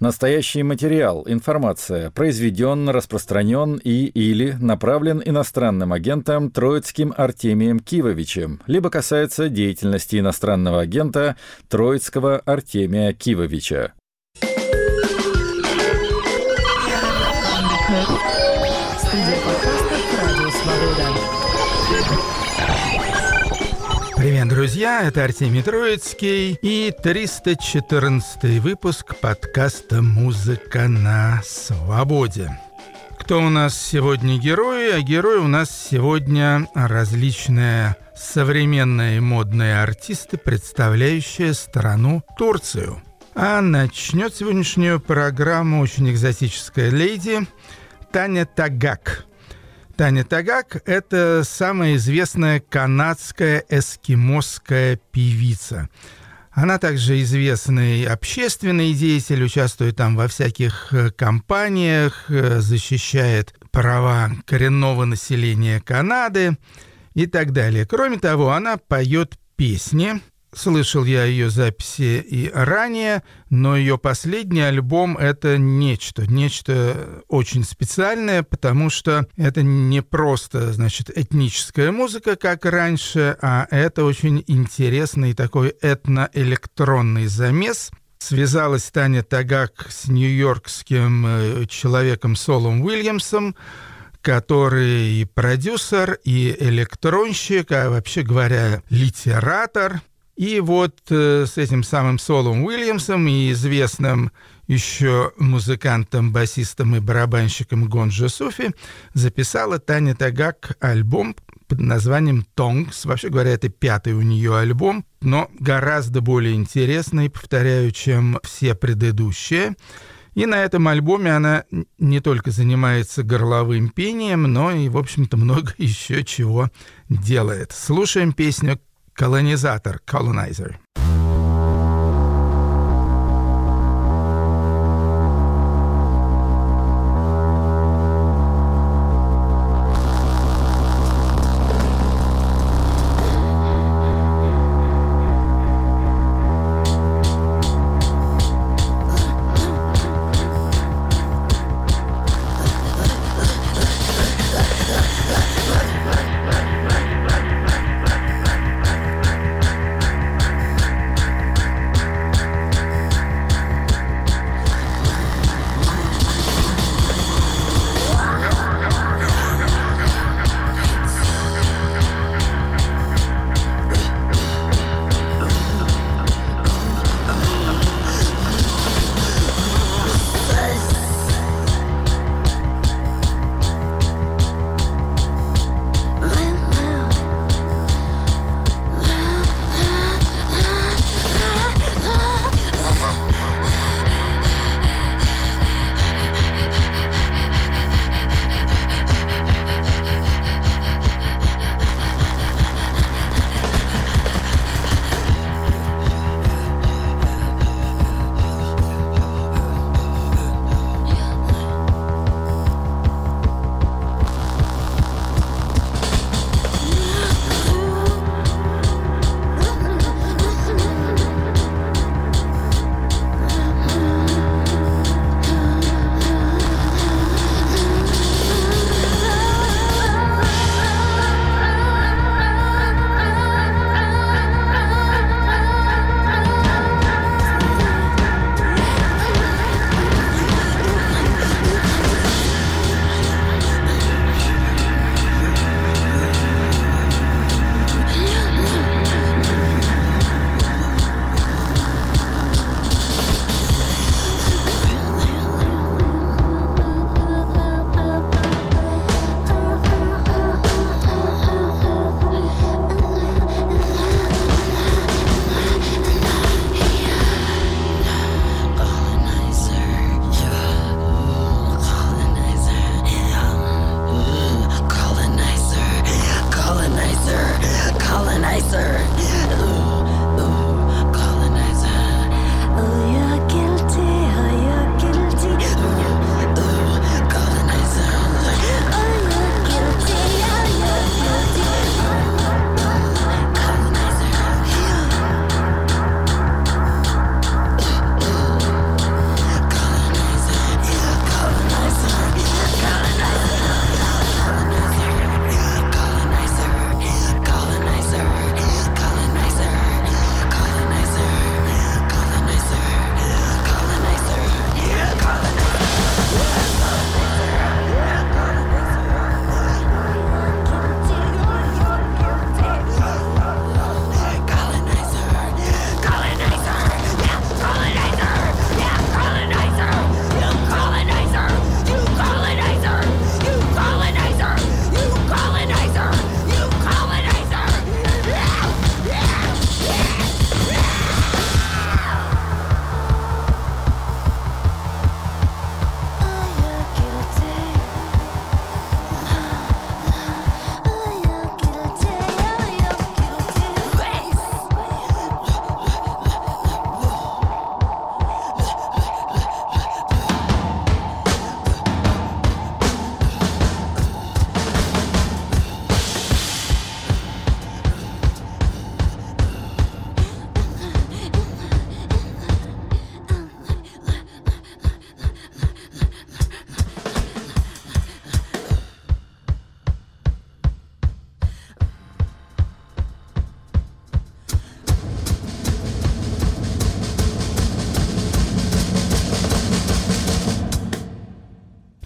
Настоящий материал, информация произведен, распространен или направлен иностранным агентом Троицким Артемием Кивовичем, либо касается деятельности иностранного агента Троицкого Артемия Кивовича. Студия подкастов «Радио Свобода». Привет, друзья, это Артемий Троицкий и 314 выпуск подкаста «Музыка на свободе». Кто у нас сегодня герои? А герои у нас сегодня различные современные модные артисты, представляющие страну Турцию. А начнет сегодняшнюю программу очень экзотическая леди Таня Тагак. Таня Тагак – это самая известная канадская эскимосская певица. Она также известный общественный деятель, участвует там во всяких кампаниях, защищает права коренного населения Канады и так далее. Кроме того, она поет песни. Слышал я ее записи и ранее, но ее последний альбом – это нечто очень специальное, потому что это не просто, этническая музыка, как раньше, а это очень интересный такой этноэлектронный замес. Связалась Таня Тагак с нью-йоркским человеком Солом Уильямсом, который и продюсер, и электронщик, а вообще говоря, литератор. И вот с этим самым Солом Уильямсом и известным еще музыкантом, басистом и барабанщиком Гонджа Суфи записала Таня Тагак альбом под названием «Tongues». Вообще говоря, это 5-й у нее альбом, но гораздо более интересный, повторяю, чем все предыдущие. И на этом альбоме она не только занимается горловым пением, но и, в общем-то, много еще чего делает. Слушаем песню «Колонизатор», «Colonizer».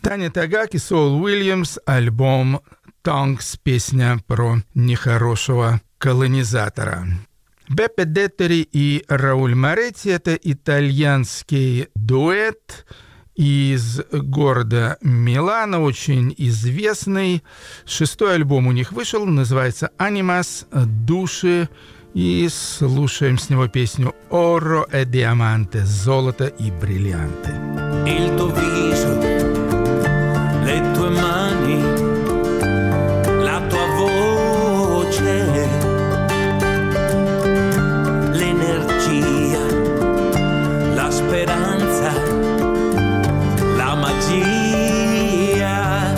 Таня Тагак и Соул Уильямс, альбом «Tongues», песня про нехорошего колонизатора. Беппе Деттери и Рауль Моретти – это итальянский дуэт из города Милано, очень известный. 6-й альбом у них вышел, называется «Animas», «Души». И слушаем с него песню «Oro e diamante», «Золото и бриллианты». Il tuo viso, le tue mani, la tua voce, l'energia, la speranza, la magia,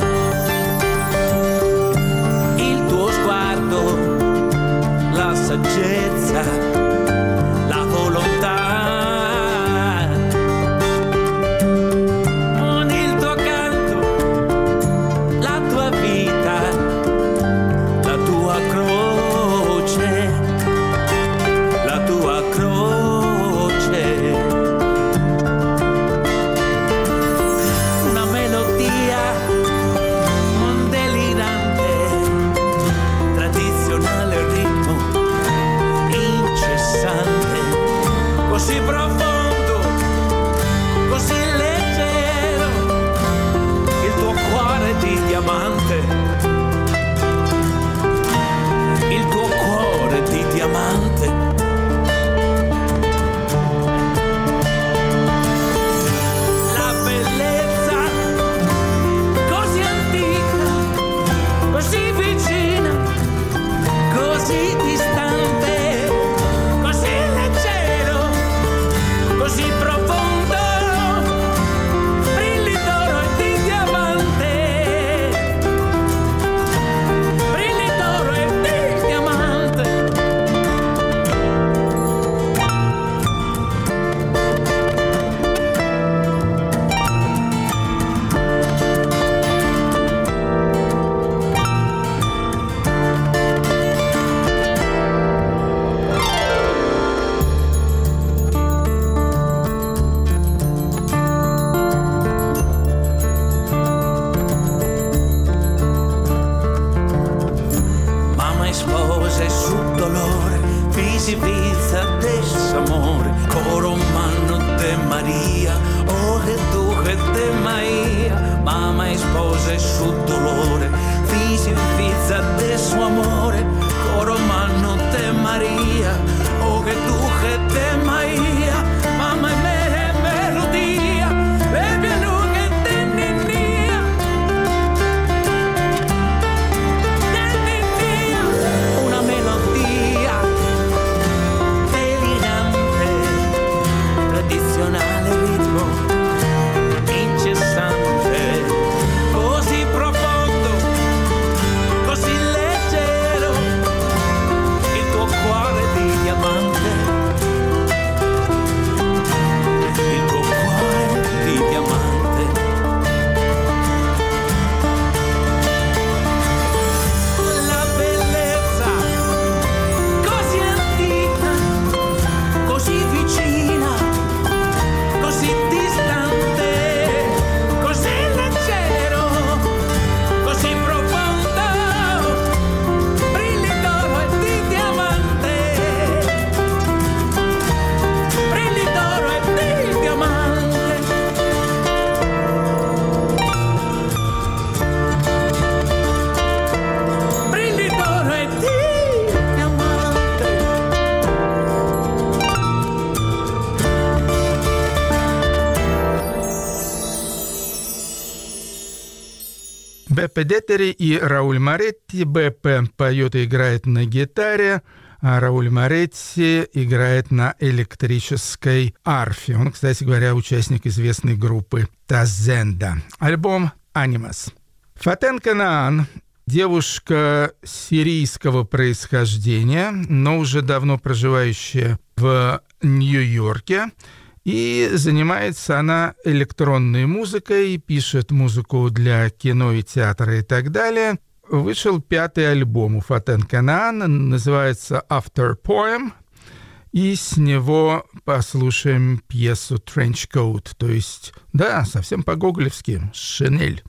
il tuo sguardo, la saggezza, la volontà. Il tuo cuore di diamante, la bellezza così antica, così vicina, così distante, così leggero, così profondo, brilli d'oro e di diamante. Vizza desamore, coro mano de Maria, oh che tu che te Maria, mamma e sposa e su dolore, fisi vizza de suo amore, coro mano de Maria, oh che tu che te Maria, mamma e mere melodia, e piano che te ninnia, una melodia tradizionale ritmo incessante, così profondo, così leggero, il tuo cuore di diamante, il tuo cuore di diamante. La bellezza così antica, così vicina, così distante, così leggero, così profondo, brilli d'oro e di diamante, brilli d'oro e di diamante. Brilli d'oro e di diamante. Беппе Деттери и Рауль Моретти. Беппе поет и играет на гитаре, а Рауль Моретти играет на электрической арфе. Он, кстати говоря, участник известной группы Тазенда. Альбом «Animas». Фатен Канаан, девушка сирийского происхождения, но уже давно проживающая в Нью-Йорке. И занимается она электронной музыкой, пишет музыку для кино и театра и так далее. Вышел 5-й альбом у Фатен Канаан, называется «After Poem». И с него послушаем пьесу «Trenchcoat», то есть, да, совсем по-гоголевски, «Шинель».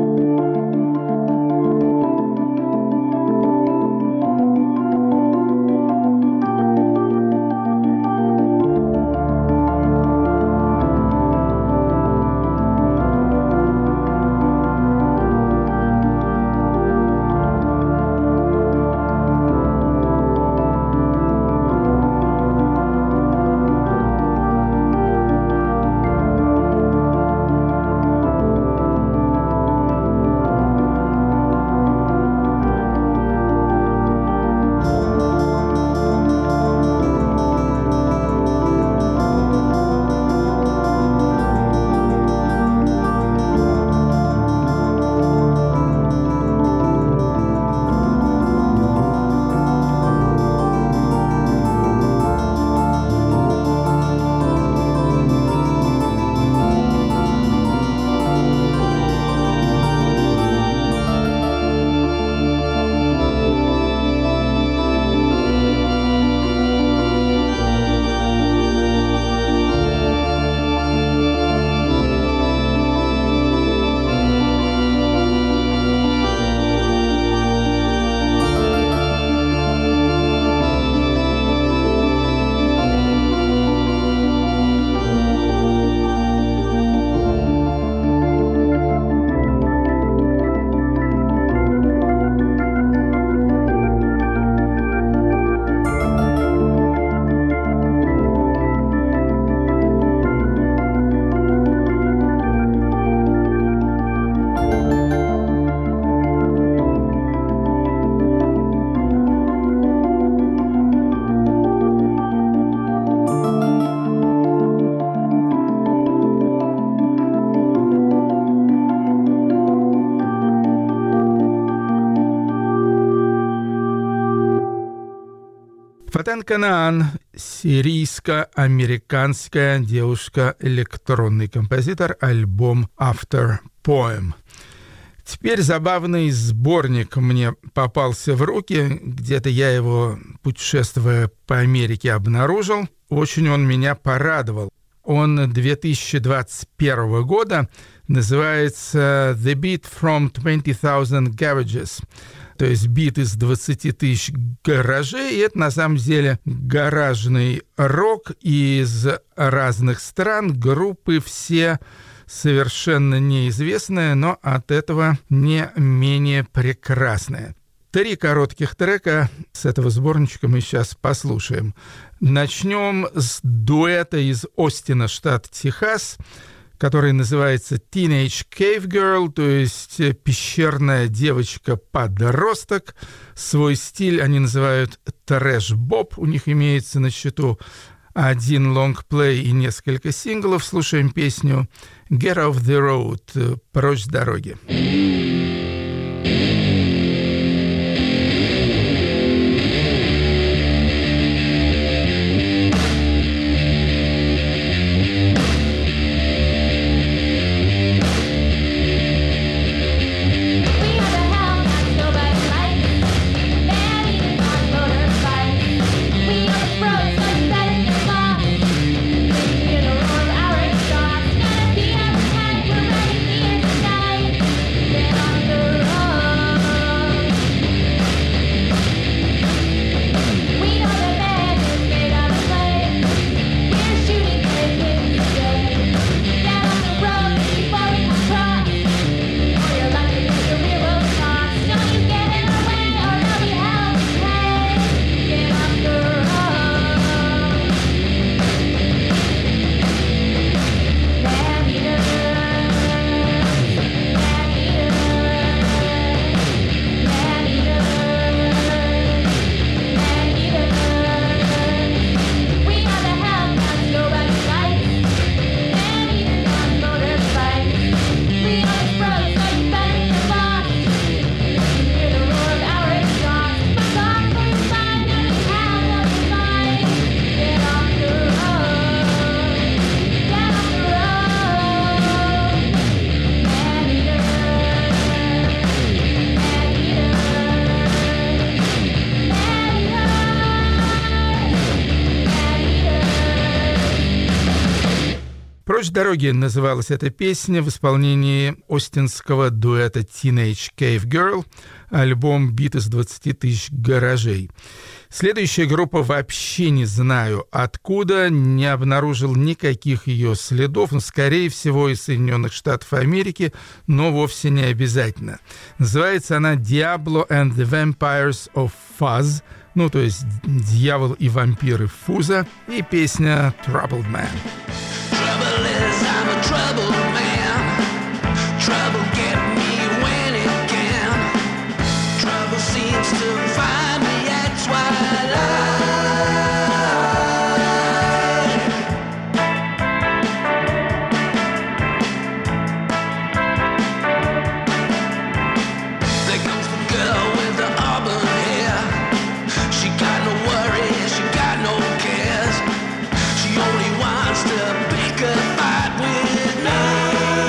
Фатен Канаан – сирийско-американская девушка-электронный композитор, альбом «After Poem». Теперь забавный сборник мне попался в руки. Где-то я его, путешествуя по Америке, обнаружил. Очень он меня порадовал. Он 2021 года, называется «The Beat from 20,000 Garages», то есть бит из 20 тысяч гаражей. И это на самом деле гаражный рок из разных стран, группы все совершенно неизвестные, но от этого не менее прекрасные. 3 коротких трека с этого сборничка мы сейчас послушаем. Начнем с дуэта из Остина, штат Техас, который называется Teenage Cave Girl, то есть пещерная девочка-подросток. Свой стиль они называют трэш-боб. У них имеется на счету 1 лонгплей и несколько синглов. Слушаем песню «Get Off the Road» — «Прочь с дороги». We're дороги» называлась эта песня в исполнении остинского дуэта Teenage Cave Girl, альбом «Бит из 20 тысяч гаражей». Следующая группа вообще не знаю откуда, не обнаружил никаких ее следов, но, скорее всего, из Соединенных Штатов Америки, но вовсе не обязательно. Называется она «Diablo and the Vampires of Fuzz», ну, то есть «Дьявол и вампиры Фуза», и песня «Troubled Man». Trouble is I'm a troubled man. Trouble get me when it can. Trouble seems to find me at twilight. There comes the girl with the auburn hair. She got no worries, she got no cares. She only wants to pick a fight with me.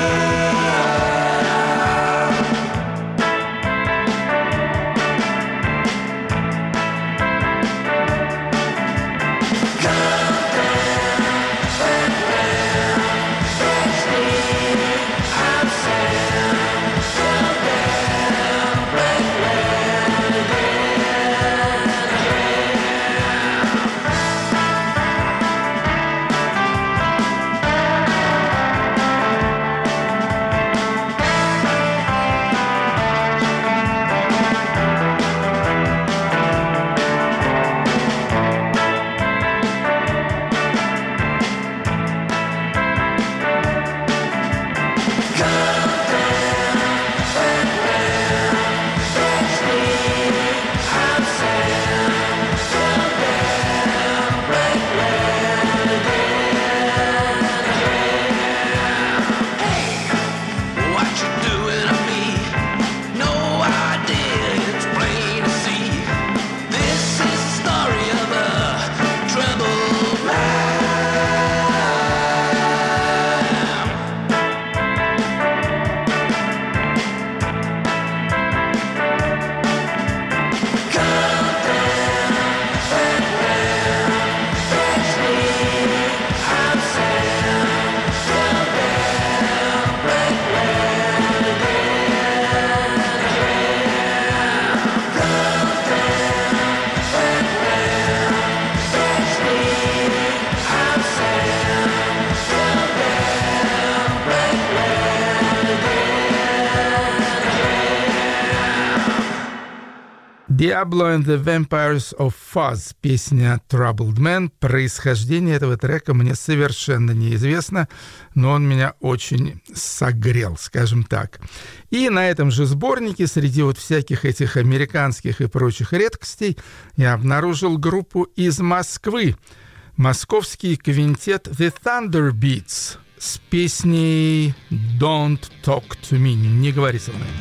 «Diablo and the Vampires of Fuzz», песня «Troubled Man». Происхождение этого трека мне совершенно неизвестно, но он меня очень согрел, скажем так. И на этом же сборнике, среди вот всяких этих американских и прочих редкостей, я обнаружил группу из Москвы. Московский квинтет The Thunderbeats с песней «Don't Talk to Me». Не говори со мной.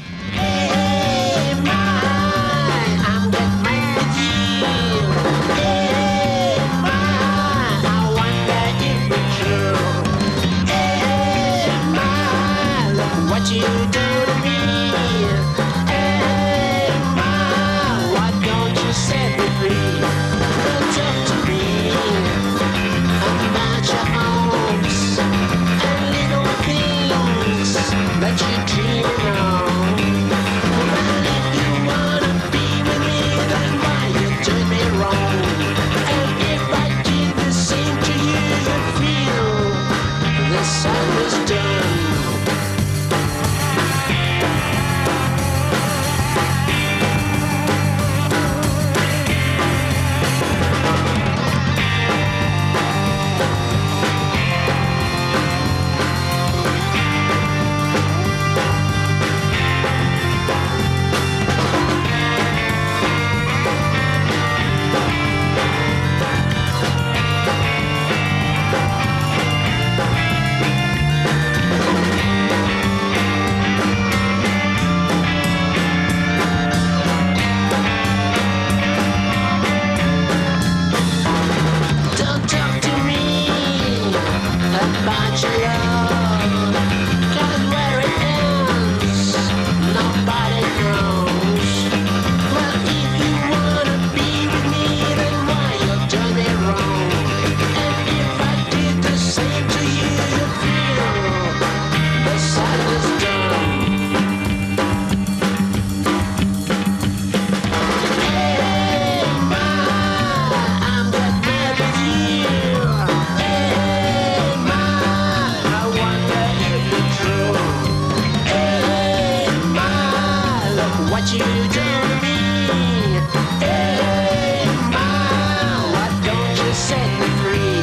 You do to me, hey, ma, why don't you set me free? Don't talk to me about your hopes and little things that you dream of. Well, if you wanna be with me, then why you turn me wrong? And if I did the same to you, you'd feel the sun was done. you done to me? Hey, mom, why don't you set me free?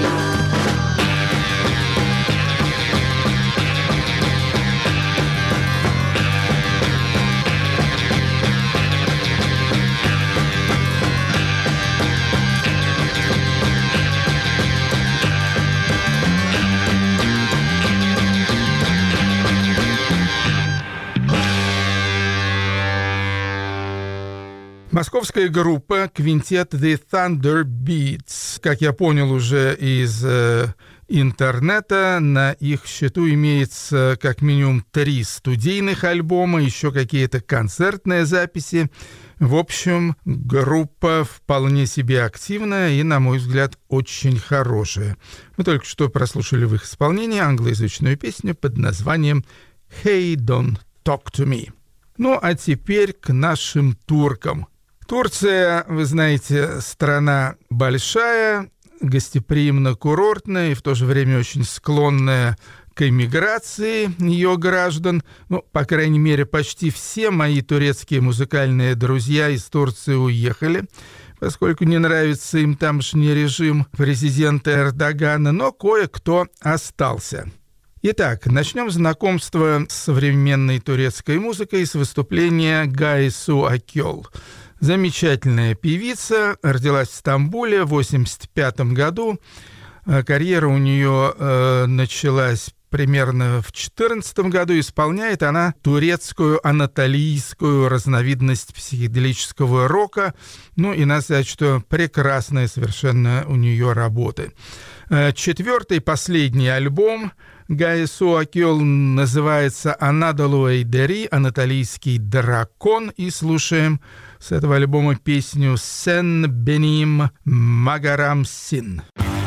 Московская группа «Квинтет The Thunderbeats». Как я понял уже из интернета, на их счету имеется как минимум 3 студийных альбома, еще какие-то концертные записи. В общем, группа вполне себе активная и, на мой взгляд, очень хорошая. Мы только что прослушали в их исполнении англоязычную песню под названием «Hey, don't talk to me». Ну, а теперь к нашим туркам. Турция, вы знаете, страна большая, гостеприимно-курортная и в то же время очень склонная к эмиграции ее граждан. Ну, по крайней мере, почти все мои турецкие музыкальные друзья из Турции уехали, поскольку не нравится им тамошний режим президента Эрдогана, но кое-кто остался. Итак, начнем знакомство с современной турецкой музыкой с выступления Гайсу Акёл. Замечательная певица, родилась в Стамбуле в 1985 году. Карьера у нее началась примерно в 2014 году. Исполняет она турецкую анатолийскую разновидность психоделического рока. Ну и надо сказать, что прекрасные совершенно у нее работы. 4-й, последний альбом Гайсу Акёл называется «Анадолу Эйдери», «Анатолийский дракон», и слушаем с этого альбома песню «Сен Беним Магарамсин».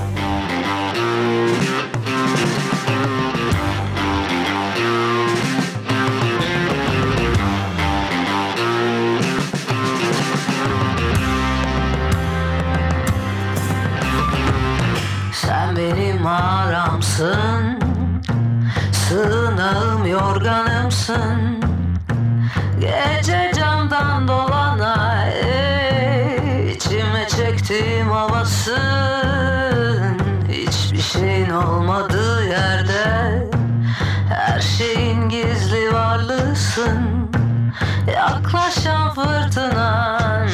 Sen benim mağaramsın, sığınağım yorganımsın. Gece camdan dolana içime çektiğim havasın. Hiçbir şeyin olmadığı yerde her şeyin gizli varlığısın. Yaklaşan fırtınan,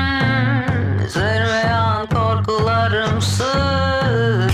zirveyan korkularımsın.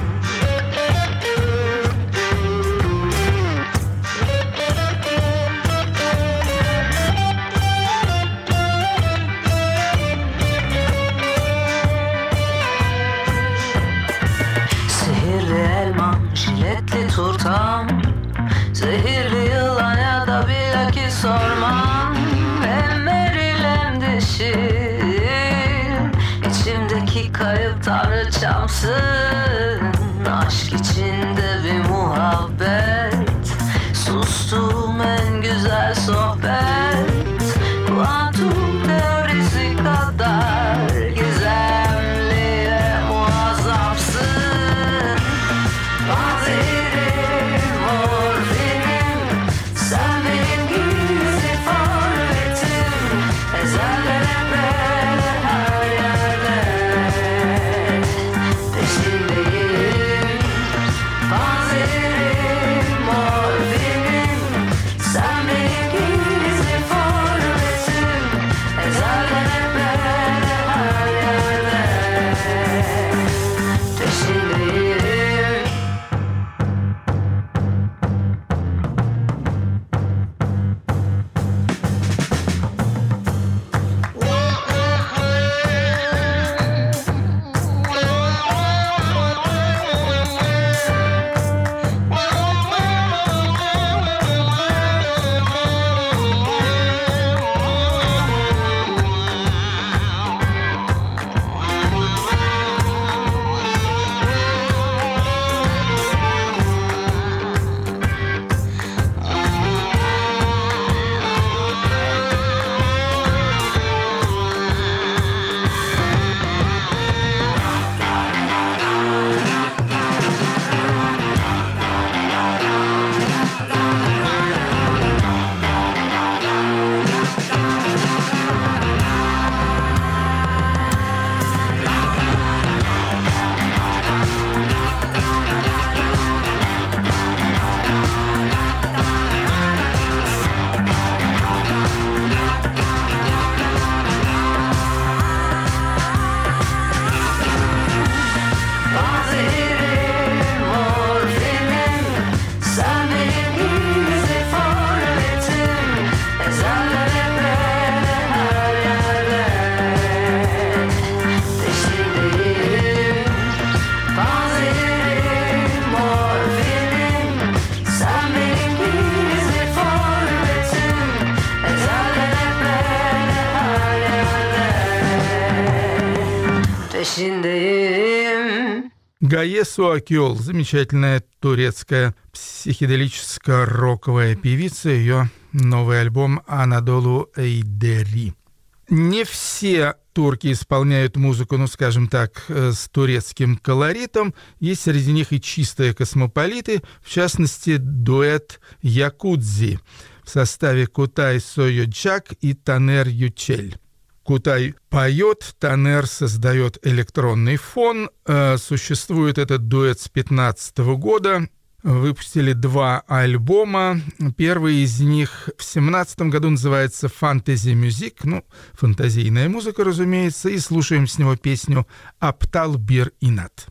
Jiletli turtam, zehirli yılan ya da bilakis sormam. Hem eril hem dişil, içimdeki kayıp tanrıçamsın. Aşk içinde bir muhabbet, sustuğum en güzel sohbet. Kuantum teorisi kadar gizemli ve muazzamsın. Panzerim, morfinim, sen benim gizli forvetim. Ezelden ebede her yerde peşindeyim. Panzerim, morfinim, sen benim gizli içindeyim. Гае Суакёл, замечательная турецкая психоделическая роковая певица, ее новый альбом «Анадолу Эйдери». Не все турки исполняют музыку, ну, скажем так, с турецким колоритом. Есть среди них и чистые космополиты, в частности, дуэт «Якудзи» в составе Кутай Сойоджак и Танер Ючель. Кутай поет, Танер создает электронный фон. Существует этот дуэт с 2015 года. Выпустили 2 альбома. Первый из них в 2017 году называется «Фантази Мюзик». Ну, фантазийная музыка, разумеется. И слушаем с него песню «Аптал Бир Инат».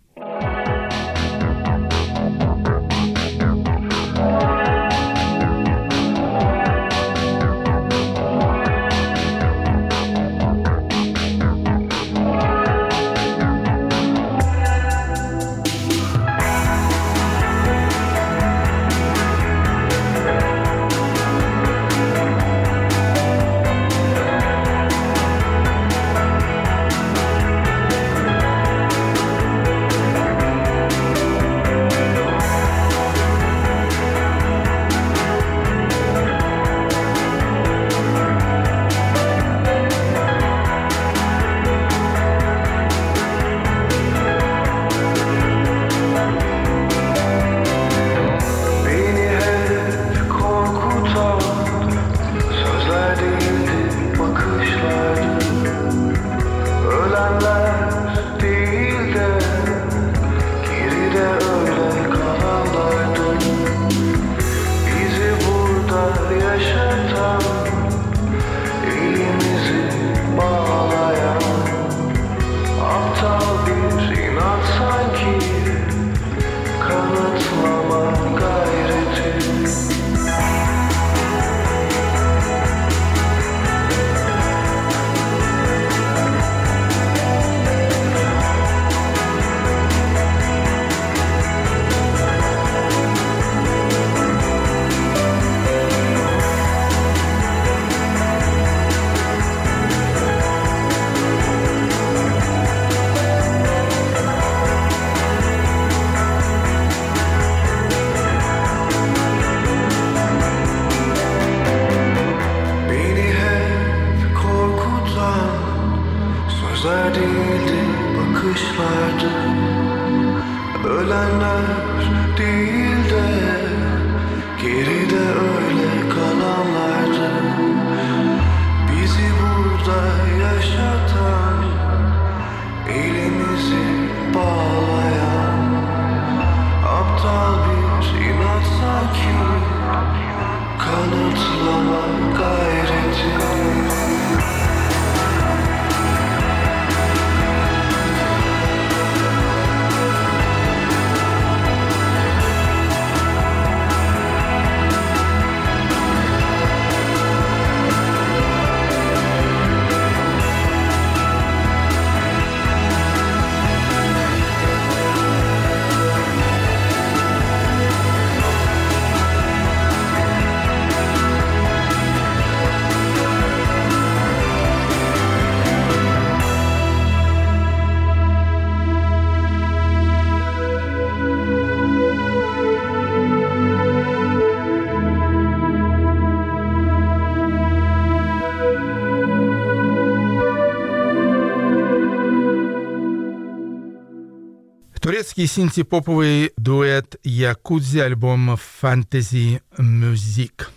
Турецкий синти-поповый дуэт Якудзи, альбом «Фантази Мюзик».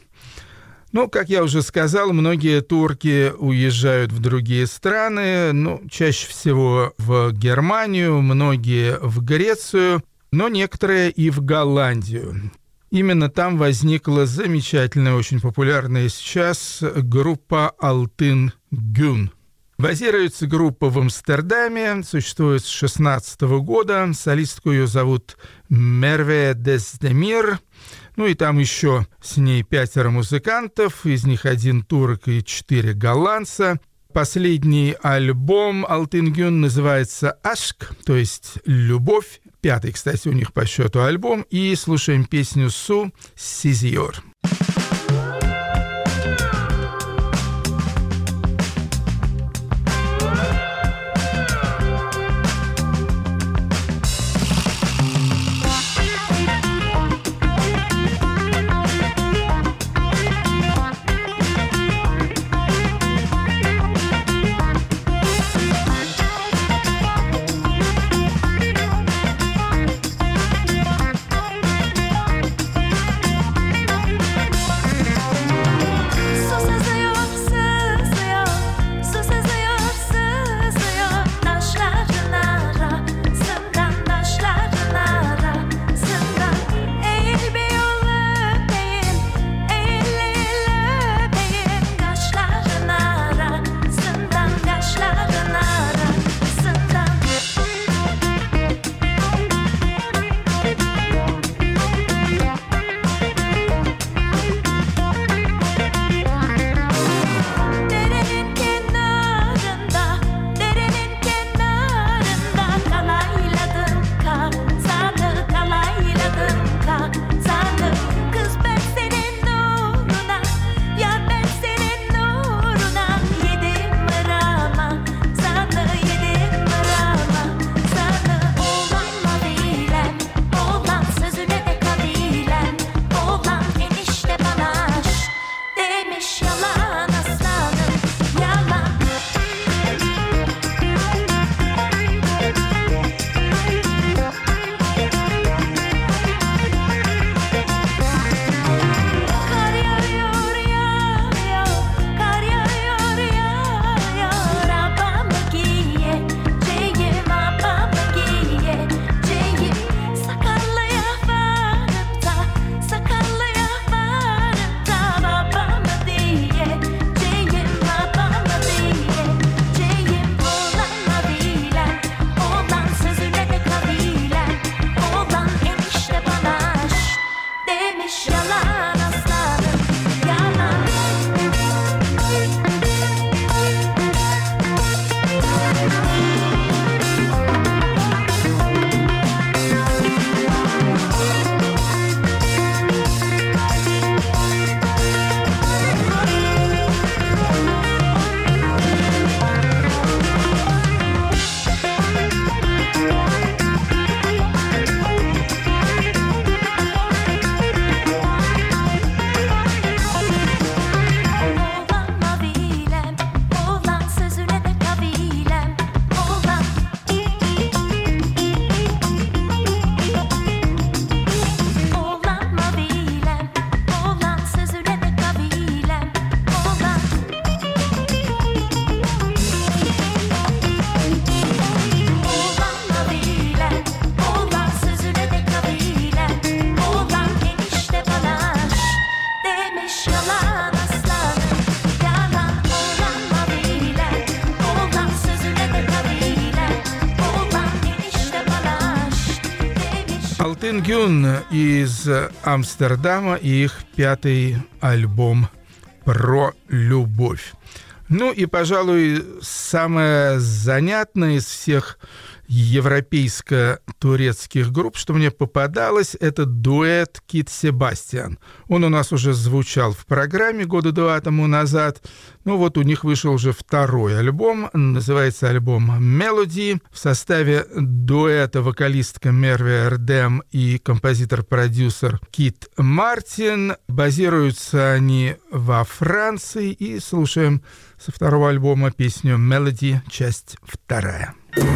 Ну, как я уже сказал, многие турки уезжают в другие страны, ну, чаще всего в Германию, многие в Грецию, но некоторые и в Голландию. Именно там возникла замечательная, очень популярная сейчас группа «Алтын Гюн». Базируется группа в Амстердаме, существует с 2016 года. Солистку ее зовут Мерве Дездемир. Ну и там еще с ней 5 музыкантов, из них 1 турок и 4 голландца. Последний альбом «Алтын Гюн» называется «Ашк», то есть «Любовь». 5-й, кстати, у них по счету альбом. И слушаем песню «Су Сизиор». Алтын Гюн из Амстердама и их 5-й альбом «Про любовь». Ну и, пожалуй, самое занятное из всех европейско-турецких групп, что мне попадалось, это дуэт Кит Себастьян. Он у нас уже звучал в программе года 2 тому назад. Ну вот у них вышел уже 2-й альбом, называется альбом «Melody». В составе дуэта вокалистка Мерве Эрдем и композитор-продюсер Кит Мартин. Базируются они во Франции. И слушаем со 2-го альбома песню «Melody», часть 2.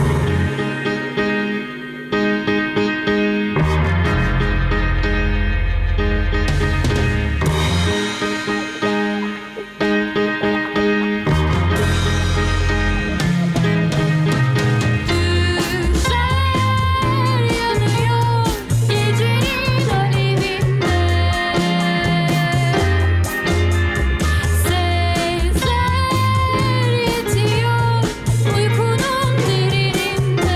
Uykunun dirilinde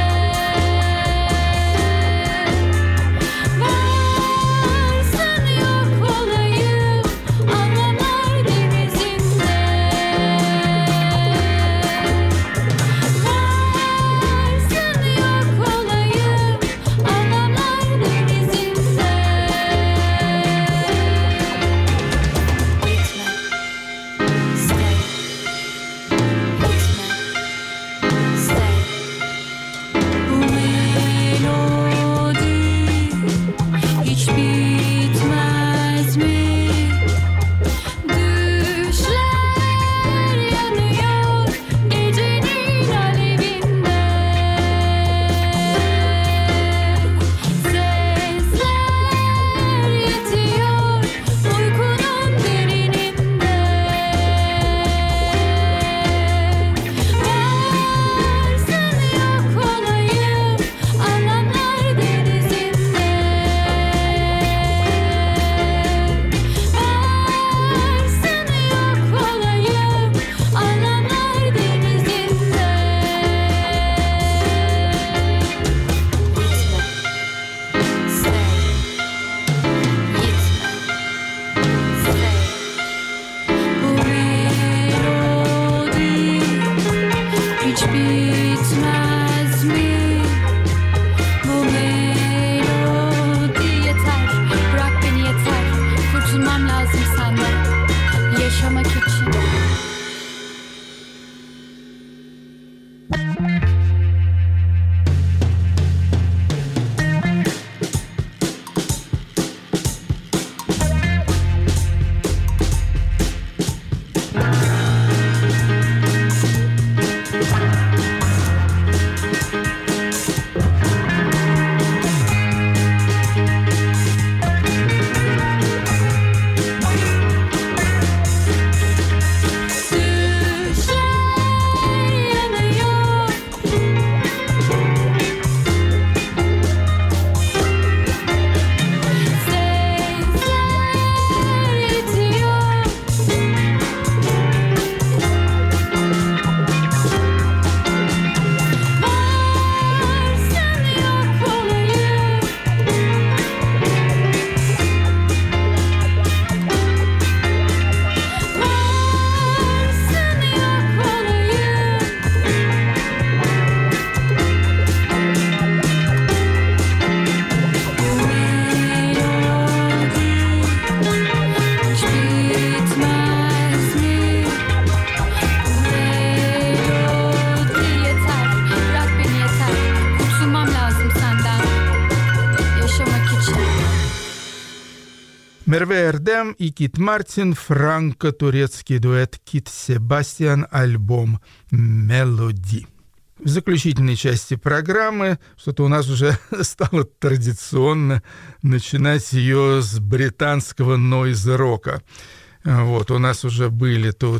Мерве Эрдем и Кит Мартин, франко-турецкий дуэт Кит Себастьян, альбом «Мелоди». В заключительной части программы что-то у нас уже стало традиционно начинать ее с британского нойз-рока. Вот, у нас уже были тут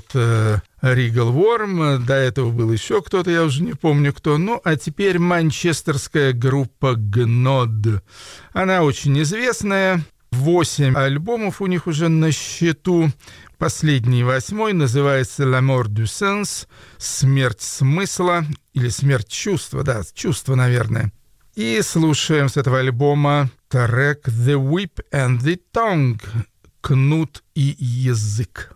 Regal Worm, до этого был еще кто-то, я уже не помню кто. Ну, а теперь манчестерская группа Gnod. Она очень известная, 8 альбомов у них уже на счету. Последний, 8-й, называется «La mort du sens», «Смерть смысла» или «Смерть чувства», да, чувства, наверное. И слушаем с этого альбома трек «The Whip and the Tongue» — «Кнут и язык».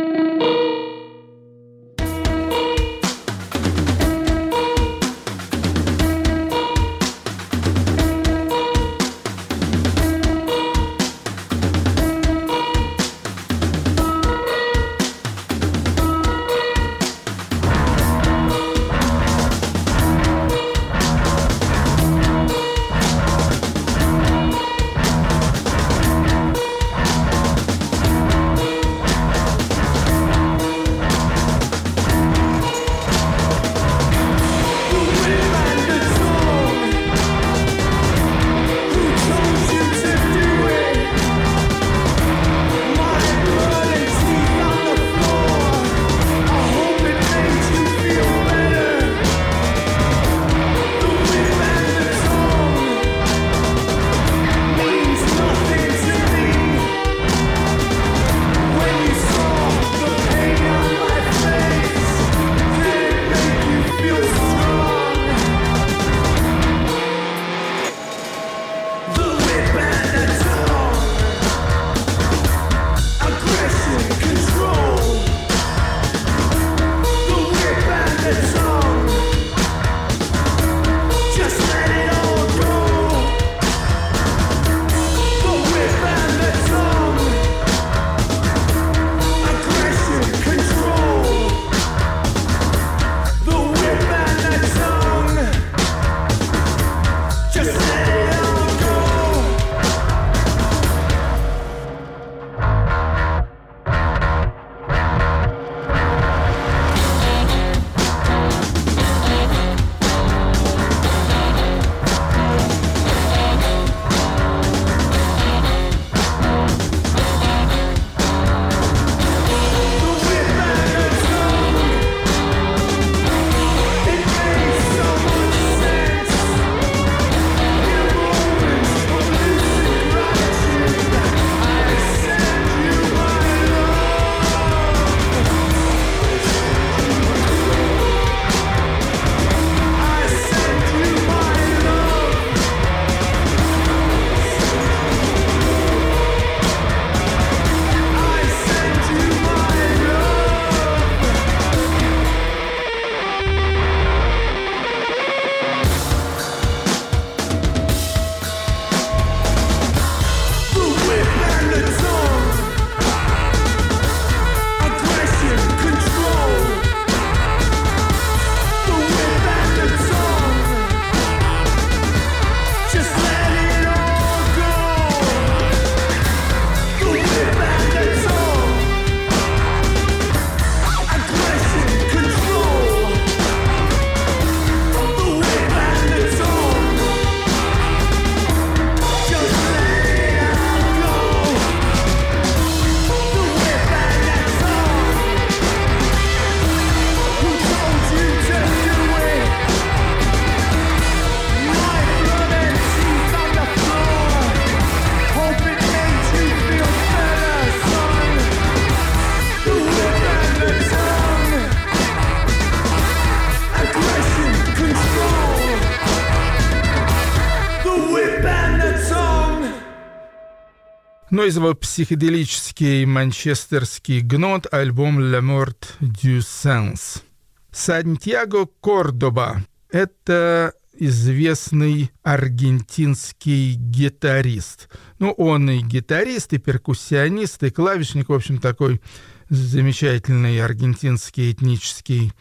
Нойзово психоделический манчестерский гнот, альбом «La Mort du Sens». Сантьяго Кордоба — это известный аргентинский гитарист. Ну, он и гитарист, и перкуссионист, и клавишник, в общем, такой замечательный аргентинский этнический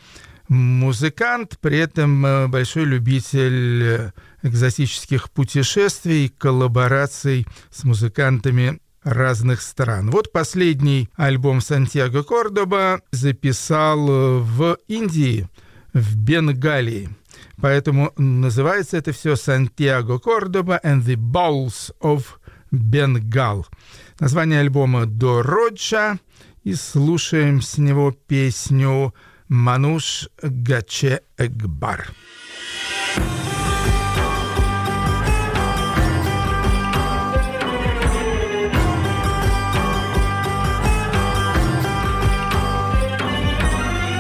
музыкант, при этом большой любитель экзотических путешествий, коллабораций с музыкантами разных стран. Вот последний альбом Сантьяго Кордоба записал в Индии, в Бенгалии. Поэтому называется это все «Сантьяго Кордоба and the Bowls of Bengal». Название альбома «Дороджа», и слушаем с него песню «Мануш Гаче Экбар».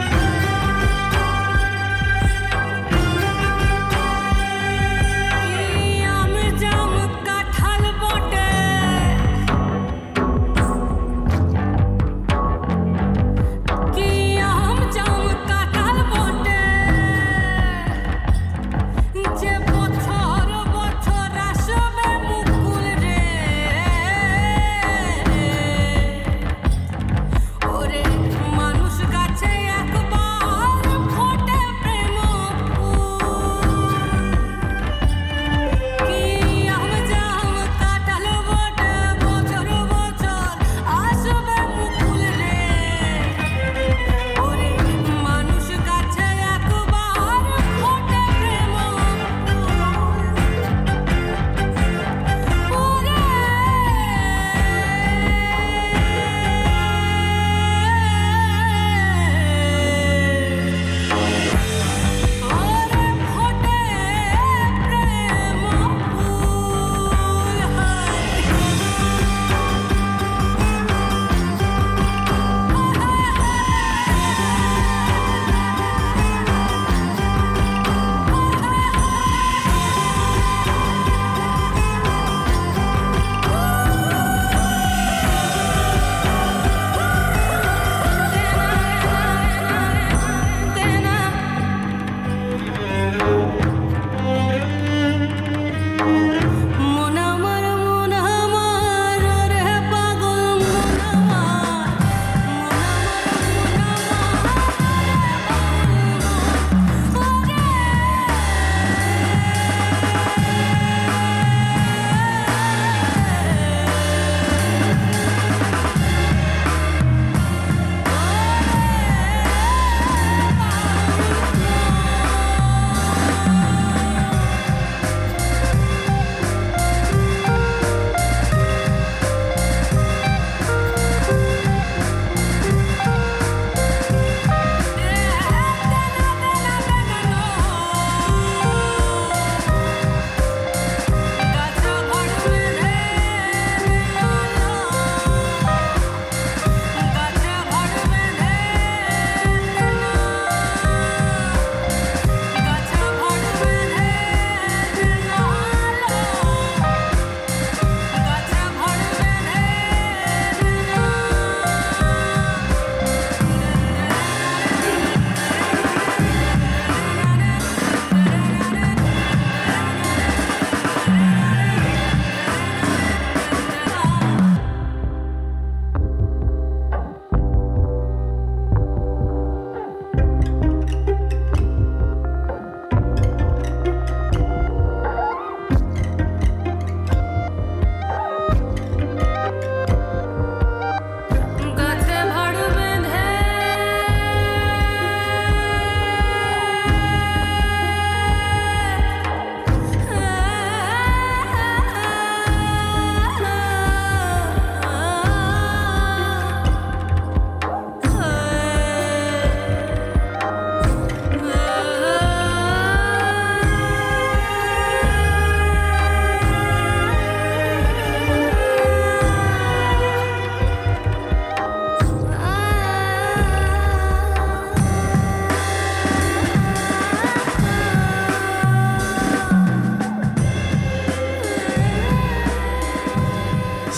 You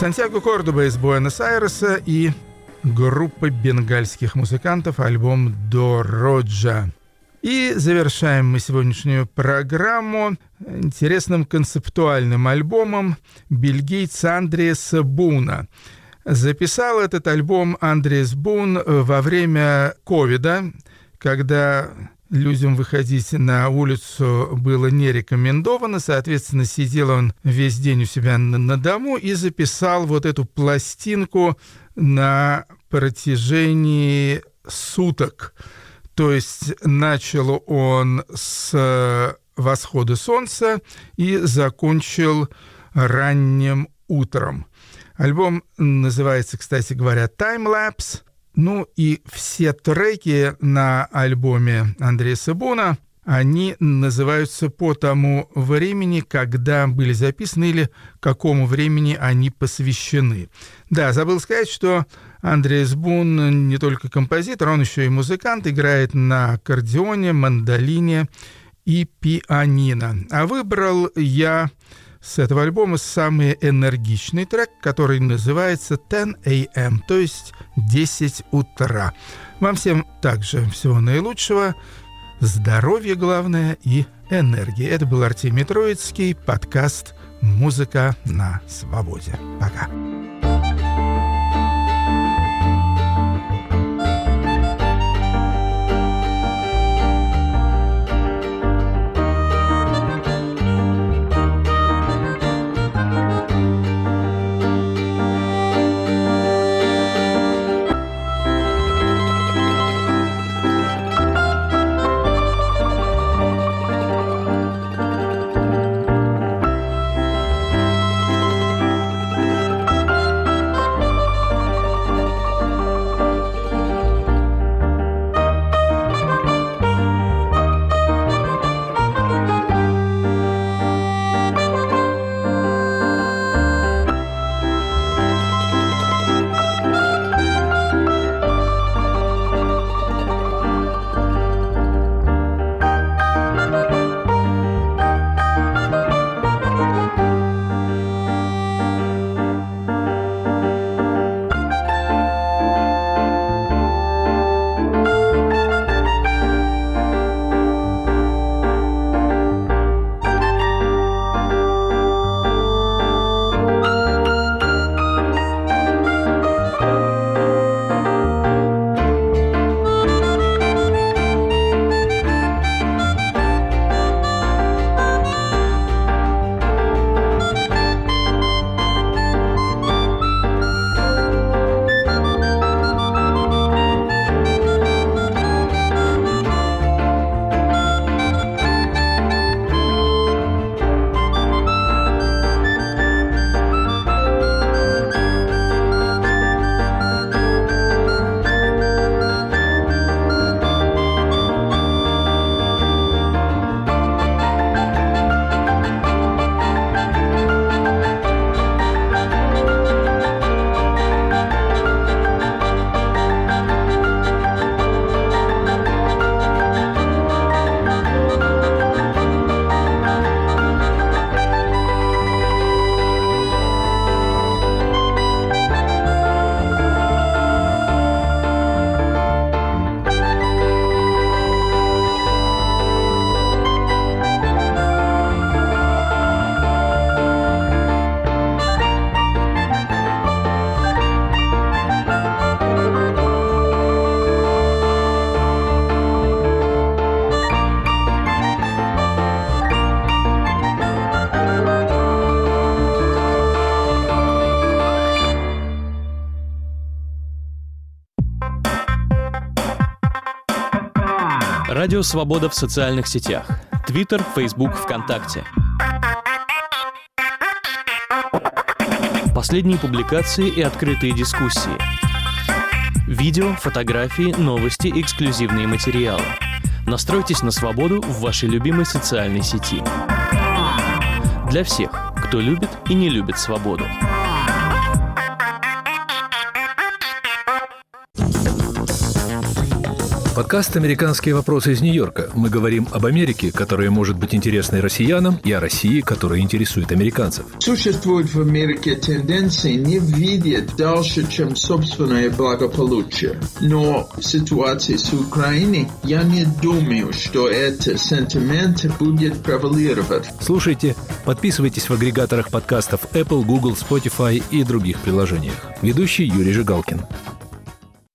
Сантьяго Кордоба из Буэнос-Айреса и группа бенгальских музыкантов, альбом «До Роджа». И завершаем мы сегодняшнюю программу интересным концептуальным альбомом бельгийца Андреаса Буна. Записал этот альбом Андреас Бун во время ковида, когда людям выходить на улицу было не рекомендовано. Соответственно, сидел он весь день у себя на дому и записал вот эту пластинку на протяжении суток. То есть начал он с восхода солнца и закончил ранним утром. Альбом называется, кстати говоря, «Таймлапс». Ну и все треки на альбоме Андреаса Буна, они называются по тому времени, когда были записаны или какому времени они посвящены. Да, забыл сказать, что Андреас Бун не только композитор, он еще и музыкант, играет на аккордеоне, мандолине и пианино. А выбрал я с этого альбома самый энергичный трек, который называется 10 a.m., то есть 10 утра. Вам всем также всего наилучшего, здоровья главное и энергии. Это был Артемий Троицкий, подкаст «Музыка на свободе». Пока. Радио «Свобода» в социальных сетях. Твиттер, Фейсбук, ВКонтакте. Последние публикации и открытые дискуссии. Видео, фотографии, новости, эксклюзивные материалы. Настройтесь на свободу в вашей любимой социальной сети. Для всех, кто любит и не любит свободу. Подкаст «Американские вопросы» из Нью-Йорка. Мы говорим об Америке, которая может быть интересной россиянам, и о России, которая интересует американцев. Существует в Америке тенденции не видеть дальше, чем собственное благополучие. Но в ситуации с Украиной я не думаю, что этот сентимент будет превалировать. Слушайте, подписывайтесь в агрегаторах подкастов Apple, Google, Spotify и других приложениях. Ведущий Юрий Жигалкин.